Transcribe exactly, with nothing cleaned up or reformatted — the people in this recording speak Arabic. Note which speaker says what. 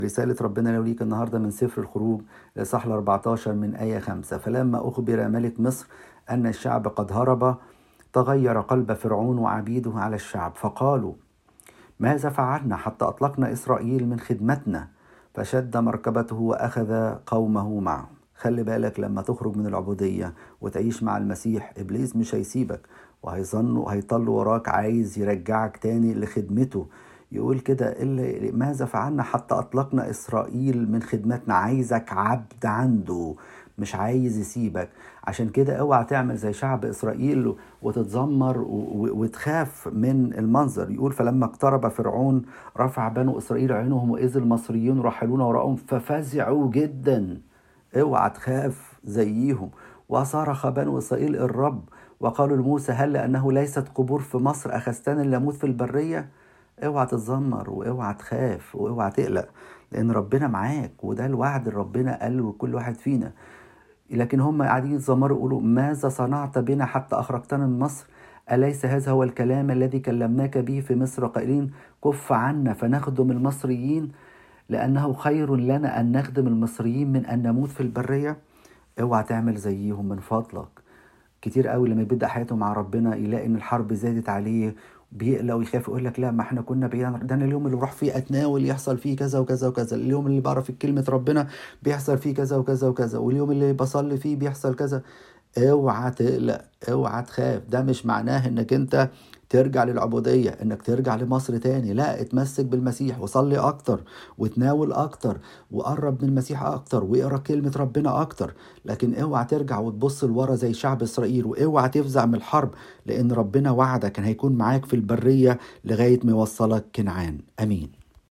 Speaker 1: رسالة ربنا لو ليك النهاردة من سفر الخروج لإصحاح أربعة عشر من آية خمسة. فلما أخبر ملك مصر أن الشعب قد هرب تغير قلب فرعون وعبيده على الشعب، فقالوا: ماذا فعلنا حتى أطلقنا إسرائيل من خدمتنا؟ فشد مركبته وأخذ قومه معه. خلي بالك لما تخرج من العبودية وتعيش مع المسيح، إبليس مش هيسيبك، وهيظنوا هيطل وراك عايز يرجعك تاني لخدمته. يقول كده: إلا ماذا فعلنا حتى أطلقنا إسرائيل من خدمتنا. عايزك عبد عنده، مش عايز يسيبك. عشان كده اوعى تعمل زي شعب إسرائيل وتتذمر وتخاف من المنظر. يقول: فلما اقترب فرعون رفع بنو إسرائيل عينهم وإذ المصريون راحلون وراءهم ففزعوا جدا. اوعى تخاف زيهم. وصرخ بنو إسرائيل الرب وقالوا لموسى: هل لأنه ليست قبور في مصر أخذتنا لنموت في البرية؟ اوعى تتذمر واوعى تخاف واوعى تقلق، لأن ربنا معاك، وده الوعد اللي ربنا قاله لكل واحد فينا. لكن هم قاعدين يتذمروا يقولوا: ماذا صنعت بنا حتى أخرجتنا من مصر؟ أليس هذا هو الكلام الذي كلمناك به في مصر قائلين: كف عنا فنخدم المصريين، لأنه خير لنا أن نخدم المصريين من أن نموت في البرية؟ اوعى تعمل زيهم من فضلك. كتير قوي لما يبدأ حياته مع ربنا يلاقي ان الحرب زادت عليه، بيقلق ويخاف، يقول لك: لا، ما احنا كنا بعيد، ده انا اليوم اللي بروح فيه اتناول يحصل فيه كذا وكذا وكذا، اليوم اللي بعرف كلمة ربنا بيحصل فيه كذا وكذا وكذا، واليوم اللي بصلي فيه بيحصل كذا. اوعى تقلق، اوعى تخاف. ده مش معناه انك انت ترجع للعبودية، انك ترجع لمصر تاني. لا، اتمسك بالمسيح وصلي اكتر وتناول اكتر وقرب من المسيح اكتر واقرا كلمة ربنا اكتر. لكن اوعى ترجع وتبص لورا زي شعب اسرائيل، واوعى تفزع من الحرب، لان ربنا وعدك كان هيكون معاك في البرية لغاية ما يوصلك كنعان. امين.